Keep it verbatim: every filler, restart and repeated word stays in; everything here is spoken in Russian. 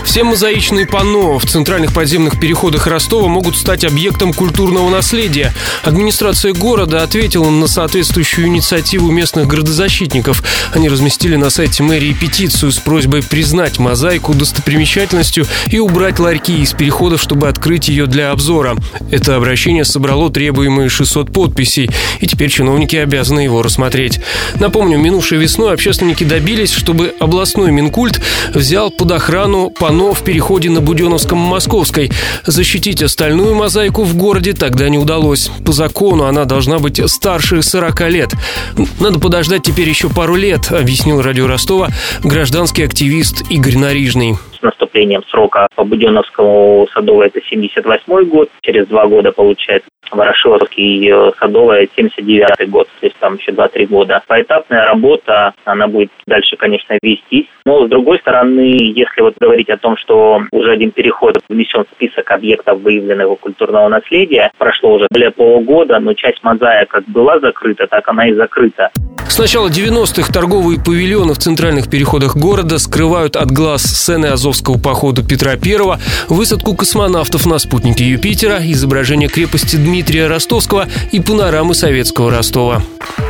Все мозаичные панно в центральных подземных переходах Ростова могут стать объектом культурного наследия. Администрация города ответила на соответствующую инициативу местных градозащитников. Они разместили на сайте мэрии петицию с просьбой признать мозаику достопримечательностью и убрать ларьки из переходов, чтобы открыть ее для обзора. Это обращение собрало требуемые шестьсот подписей, и теперь чиновники обязаны его рассмотреть. Напомню, минувшей весной общественники добились, чтобы областной Минкульт взял под охрану панно в переходе на Буденновском-Московской. Защитить остальную мозаику в городе тогда не удалось. По закону она должна быть старше сорока лет. Надо подождать теперь еще пару лет, объяснил радио Ростова гражданский активист Игорь Нарижный. С наступлением срока по Буденновскому Садовой это семьдесят восьмой год, через два года получается. Ворошиловский Садовая семьдесят девятый год, то есть там еще два-три года. Поэтапная работа, она будет дальше, конечно, вестись. Но, с другой стороны, если вот говорить о том, что уже один переход внесен в список объектов выявленного культурного наследия, прошло уже более полугода, но часть мозаик как была закрыта, так она и закрыта. С начала девяностых торговые павильоны в центральных переходах города скрывают от глаз сцены Азовского похода Петра Первого, высадку космонавтов на спутнике Юпитера, изображение крепости Дмитрия Ростовского и панорамы советского Ростова.